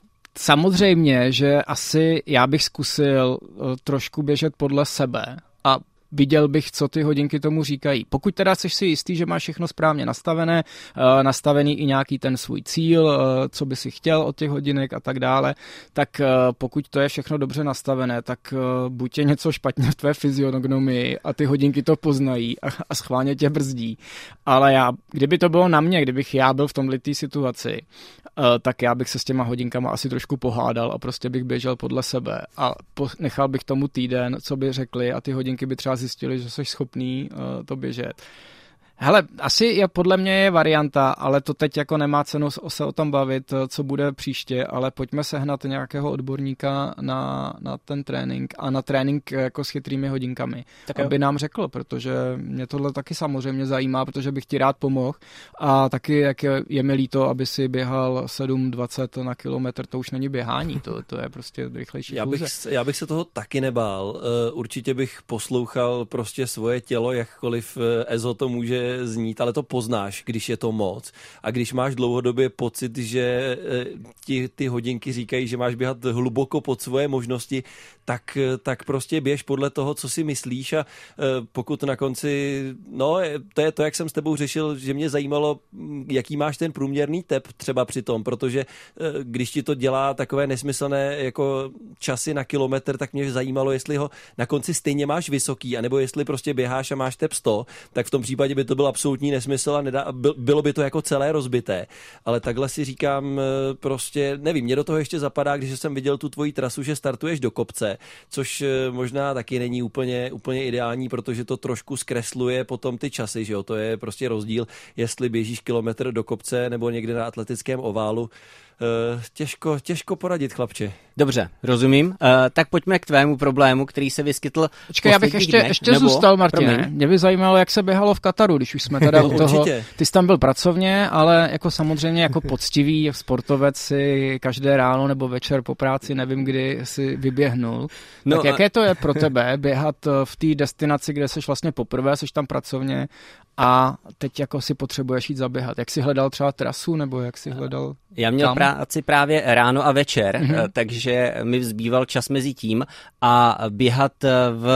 samozřejmě, že asi já bych zkusil trošku běžet podle sebe a viděl bych, co ty hodinky tomu říkají. Pokud teda jsi si jistý, že máš všechno správně nastavené, nastavený i nějaký ten svůj cíl, co by si chtěl od těch hodinek a tak dále, tak pokud to je všechno dobře nastavené, tak buď je něco špatně v tvé fyziognomii a ty hodinky to poznají a, a schválně tě brzdí. Ale já, kdyby to bylo na mě, kdybych já byl v tomhle té situaci, tak já bych se s těma hodinkama asi trošku pohádal a prostě bych běžel podle sebe a nechal bych tomu týden, co by řekli a ty hodinky by třeba zjistili, že jsi schopný uh, to běžet. Hele, asi je podle mě je varianta, ale to teď jako nemá cenu se o tom bavit, co bude příště, ale pojďme sehnat nějakého odborníka na, na ten trénink a na trénink jako s chytrými hodinkami, tak aby jo. nám řekl, protože mě tohle taky samozřejmě zajímá, protože bych ti rád pomohl a taky jak je, je mi líto, aby si běhal sedm dvacet na kilometr, to už není běhání, to, to je prostě rychlejší já bych, já bych se toho taky nebál, určitě bych poslouchal prostě svoje tělo, jakkoliv Ezo to může znít, ale to poznáš, když je to moc. A když máš dlouhodobě pocit, že ti ty hodinky říkají, že máš běhat hluboko pod svoje možnosti, tak, tak prostě běž podle toho, co si myslíš a pokud na konci, no to je to, jak jsem s tebou řešil, že mě zajímalo, jaký máš ten průměrný tep třeba při tom, protože když ti to dělá takové nesmyslné jako časy na kilometr, tak mě zajímalo, jestli ho na konci stejně máš vysoký, anebo jestli prostě běháš a máš tep sto, tak v tom případě by to byl absolutní nesmysl a nedá, bylo by to jako celé rozbité. Ale takhle si říkám prostě, nevím, mě do toho ještě zapadá, když jsem viděl tu tvoji trasu, že startuješ do kopce, což možná taky není úplně, úplně ideální, protože to trošku zkresluje potom ty časy, že jo, to je prostě rozdíl, jestli běžíš kilometr do kopce nebo někde na atletickém oválu. Uh, těžko, těžko poradit, chlapče. Dobře, rozumím. Uh, tak pojďme k tvému problému, který se vyskytl. Počkej, já bych ještě, dnech, ještě nebo... zůstal, Martine. Mě by zajímalo, jak se běhalo v Kataru, když už jsme teda u toho. Ty jsi tam byl pracovně, ale jako samozřejmě jako poctivý sportovec si každé ráno nebo večer po práci, nevím kdy, si vyběhnul. No tak a... jaké to je pro tebe běhat v té destinaci, kde jsi vlastně poprvé, jsi tam pracovně a teď jako si potřebuješ jít zaběhat. Jak jsi hledal třeba trasu, nebo jak jsi hledal Já měl tam? práci právě ráno a večer, mm-hmm. takže mi vzbýval čas mezi tím a běhat v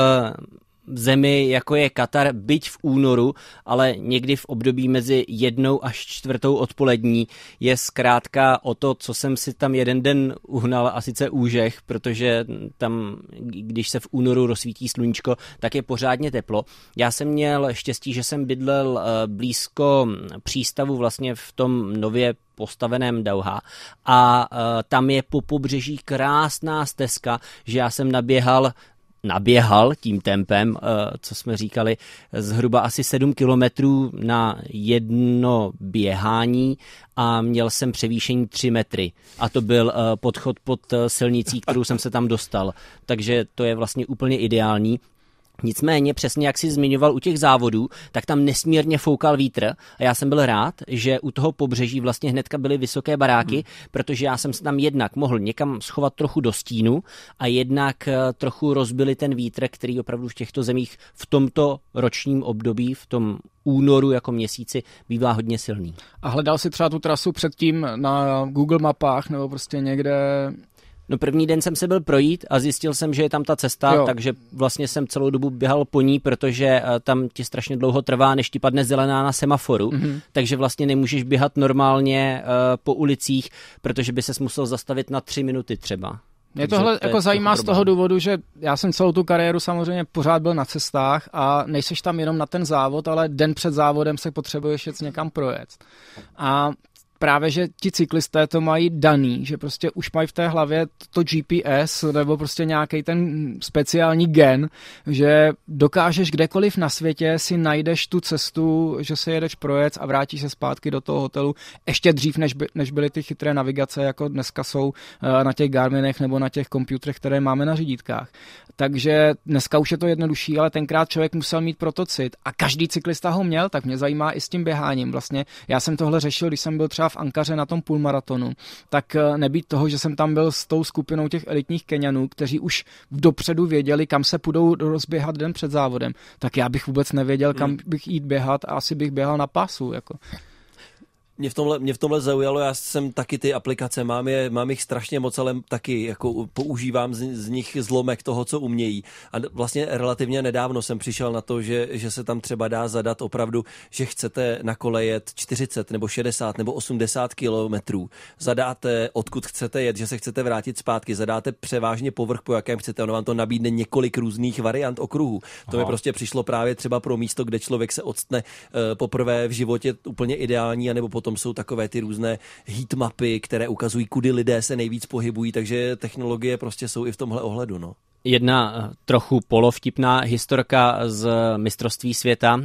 zemi, jako je Katar, byť v únoru, ale někdy v období mezi jednou až čtvrtou odpolední je zkrátka o to, co jsem si tam jeden den uhnal, a sice úžeh, protože tam, když se v únoru rozsvítí sluníčko, tak je pořádně teplo. Já jsem měl štěstí, že jsem bydlel blízko přístavu vlastně v tom nově postaveném Dauha a tam je po pobřeží krásná stezka, že já jsem naběhal naběhal tím tempem, co jsme říkali, zhruba asi sedm kilometrů na jedno běhání a měl jsem převýšení tři metry. A to byl podchod pod silnicí, kterou jsem se tam dostal. Takže to je vlastně úplně ideální. Nicméně, přesně jak jsi zmiňoval u těch závodů, tak tam nesmírně foukal vítr a já jsem byl rád, že u toho pobřeží vlastně hnedka byly vysoké baráky, hmm. protože já jsem se tam jednak mohl někam schovat trochu do stínu a jednak trochu rozbili ten vítr, který opravdu v těchto zemích v tomto ročním období, v tom únoru jako měsíci bývá hodně silný. A hledal si třeba tu trasu předtím na Google mapách nebo prostě někde... No první den jsem se byl projít a zjistil jsem, že je tam ta cesta, jo. takže vlastně jsem celou dobu běhal po ní, protože tam ti strašně dlouho trvá, než ti padne zelená na semaforu, mm-hmm. takže vlastně nemůžeš běhat normálně uh, po ulicích, protože by ses musel zastavit na tři minuty třeba. Mě tohle to jako zajímá z toho důvodu, že já jsem celou tu kariéru samozřejmě pořád byl na cestách a nejseš tam jenom na ten závod, ale den před závodem se potřebuješ jet někam projet. A právě, že ti cyklisté to mají daný, že prostě už mají v té hlavě to G P S nebo prostě nějaký ten speciální gen, že dokážeš kdekoliv na světě si najdeš tu cestu, že se jedeš projet a vrátíš se zpátky do toho hotelu ještě dřív, než, by, než byly ty chytré navigace, jako dneska jsou na těch Garminech nebo na těch počítačích, které máme na řídítkách. Takže dneska už je to jednodušší, ale tenkrát člověk musel mít protocit a každý cyklista ho měl, tak mě zajímá i s tím běháním. Vlastně já jsem tohle řešil, když jsem byl třeba v Ankaře na tom půlmaratonu, tak nebýt toho, že jsem tam byl s tou skupinou těch elitních Keňanů, kteří už dopředu věděli, kam se půjdou rozběhat den před závodem, tak já bych vůbec nevěděl, kam bych jít běhat a asi bych běhal na pásu. Jako. Mě v, tomhle, mě v tomhle zaujalo, já jsem taky ty aplikace, mám, je, mám jich strašně moc, ale taky jako používám z, z nich zlomek toho, co umějí. A vlastně relativně nedávno jsem přišel na to, že, že se tam třeba dá zadat opravdu, že chcete na kole jet čtyřicet nebo šedesát nebo osmdesát kilometrů. Zadáte, odkud chcete jet, že se chcete vrátit zpátky, zadáte převážně povrch, po jakém chcete, ono vám to nabídne několik různých variant okruhů. To mi prostě přišlo právě třeba pro místo, kde člověk se odstne uh, poprvé v životě úplně ideální, anebo potom jsou takové ty různé heatmapy, které ukazují, kudy lidé se nejvíc pohybují, takže technologie prostě jsou i v tomhle ohledu. No. Jedna trochu polovtipná historka z mistrovství světa,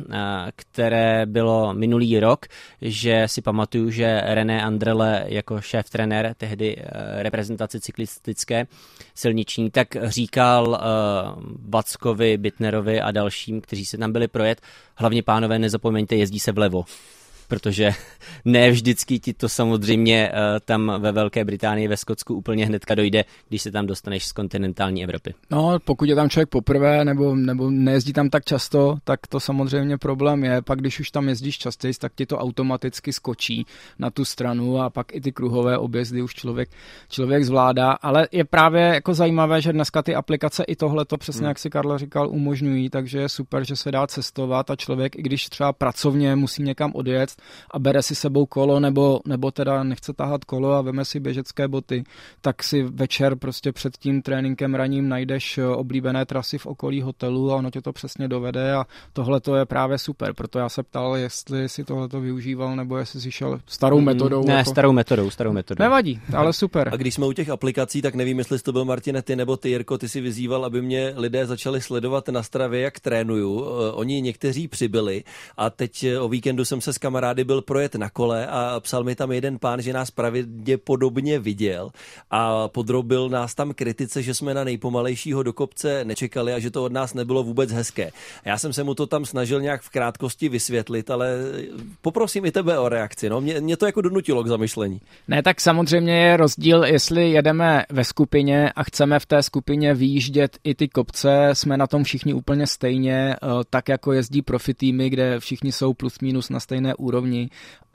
které bylo minulý rok, že si pamatuju, že René Andrele jako šéf-trenér tehdy reprezentace cyklistické silniční, tak říkal uh, Vackovi, Bittnerovi a dalším, kteří se tam byli projet, hlavně pánové, nezapomeňte, jezdí se vlevo. Protože ne vždycky ti to samozřejmě uh, tam ve Velké Británii, ve Skotsku úplně hnedka dojde, když se tam dostaneš z kontinentální Evropy. No, pokud je tam člověk poprvé nebo, nebo nejezdí tam tak často, tak to samozřejmě problém je. Pak když už tam jezdíš častěji, tak ti to automaticky skočí na tu stranu a pak i ty kruhové objezdy už člověk, člověk zvládá. Ale je právě jako zajímavé, že dneska ty aplikace i tohleto, přesně hmm. jak si Karla říkal, umožňují, takže je super, že se dá cestovat a člověk, i když třeba pracovně musí někam odjet, a bere si sebou kolo, nebo, nebo teda nechce tahat kolo a veme si běžecké boty, tak si večer prostě před tím tréninkem raním najdeš oblíbené trasy v okolí hotelu a ono tě to přesně dovede a tohle to je právě super. Proto já se ptal, jestli si tohleto využíval, nebo jestli si šel starou metodou. Ne, jako... starou metodou, starou metodou. Nevadí, ale super. A když jsme u těch aplikací, tak nevím, jestli to byl Martine, ty nebo ty, Jirko, ty si vyzýval, aby mě lidé začali sledovat na Stravě, jak trénuju. Oni někteří přibyli a teď o víkendu jsem se s kamarády byl projet na kole a psal mi tam jeden pán, že nás pravděpodobně viděl a podrobil nás tam kritice, že jsme na nejpomalejšího do kopce nečekali a že to od nás nebylo vůbec hezké. Já jsem se mu to tam snažil nějak v krátkosti vysvětlit, ale poprosím i tebe o reakci. No, mě, mě to jako donutilo k zamyšlení. Ne, tak samozřejmě je rozdíl, jestli jedeme ve skupině a chceme v té skupině vyjíždět i ty kopce, jsme na tom všichni úplně stejně, tak jako jezdí profi týmy, kde všichni jsou plus minus na stejné úrovni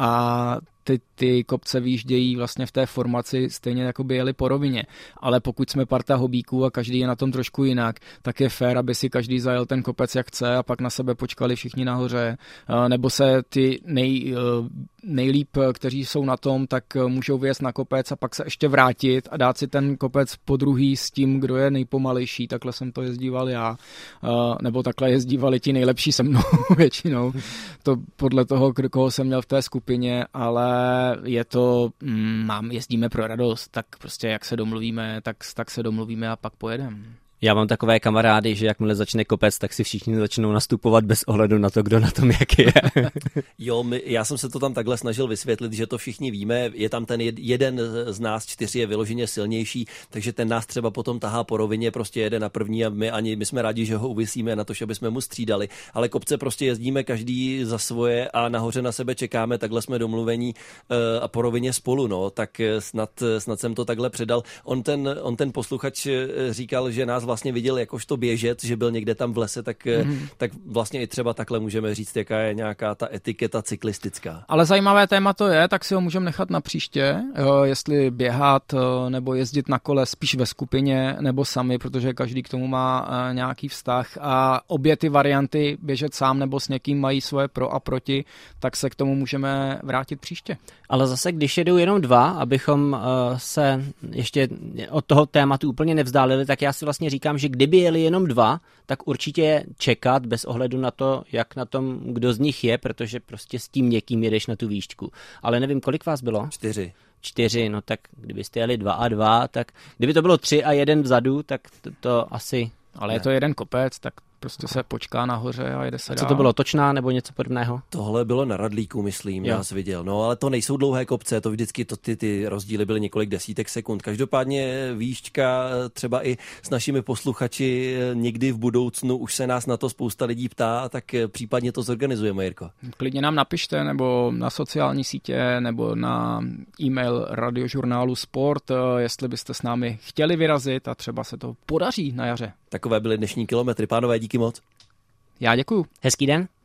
a ty, ty kopce výjíždějí vlastně v té formaci stejně jako by jeli po rovině. Ale pokud jsme parta hobíků a každý je na tom trošku jinak, tak je fér, aby si každý zajel ten kopec jak chce a pak na sebe počkali všichni nahoře. Nebo se ty nej, nejlíp, kteří jsou na tom, tak můžou vyjet na kopec a pak se ještě vrátit a dát si ten kopec po druhý s tím, kdo je nejpomalejší. Takhle jsem to jezdíval já. Nebo takhle jezdívali ti nejlepší se mnou většinou. To podle toho, koho jsem měl v té skupině, ale je to, mám, jezdíme pro radost, tak prostě jak se domluvíme, tak, tak se domluvíme a pak pojedeme. Já mám takové kamarády, že jakmile začne kopec, tak si všichni začnou nastupovat bez ohledu na to, kdo na tom jak je. Jo, my, já jsem se to tam takhle snažil vysvětlit, že to všichni víme, je tam ten jeden z nás čtyři je vyloženě silnější, takže ten nás třeba potom tahá po rovině, prostě jede na první a my ani my jsme rádi, že ho uvisíme na to, že bychom mu střídali, ale kopce prostě jezdíme každý za svoje a nahoře na sebe čekáme, takhle jsme domluvení a po rovině spolu, no, tak snad, snad jsem to takhle předal. On ten, on ten posluchač říkal, že nás vlastně viděl jakožto běžec, že byl někde tam v lese, tak, mm. tak vlastně i třeba takhle můžeme říct, jaká je nějaká ta etiketa cyklistická. Ale zajímavé téma to je, tak si ho můžeme nechat na příště, jestli běhat nebo jezdit na kole spíš ve skupině nebo sami, protože každý k tomu má nějaký vztah a obě ty varianty, běžet sám nebo s někým, mají svoje pro a proti, tak se k tomu můžeme vrátit příště. Ale zase, když jedou jenom dva, abychom uh, se ještě od toho tématu úplně nevzdálili, tak já si vlastně říkám, že kdyby jeli jenom dva, tak určitě čekat bez ohledu na to, jak na tom, kdo z nich je, protože prostě s tím někým jedeš na tu výšku. Ale nevím, kolik vás bylo? Čtyři. Čtyři, no tak kdybyste jeli dva a dva, tak kdyby to bylo tři a jeden vzadu, tak to, to asi... Ale ne. je to jeden kopec, tak prostě se počká nahoře a jede se a dál. co to bylo, Točná nebo něco podobného? Tohle bylo na Radlíku, myslím, jo. Nás viděl. No, ale to nejsou dlouhé kopce, to vždycky to, ty, ty rozdíly byly několik desítek sekund. Každopádně výšťka třeba i s našimi posluchači někdy v budoucnu už se nás na to spousta lidí ptá, tak případně to zorganizujeme, Jirko. Klidně nám napište, nebo na sociální sítě, nebo na e-mail radiožurnálu Sport, jestli byste s námi chtěli vyrazit a třeba se to podaří na jaře. Takové byly dnešní kilometry. Pánové, díky moc. Já děkuju. Hezký den.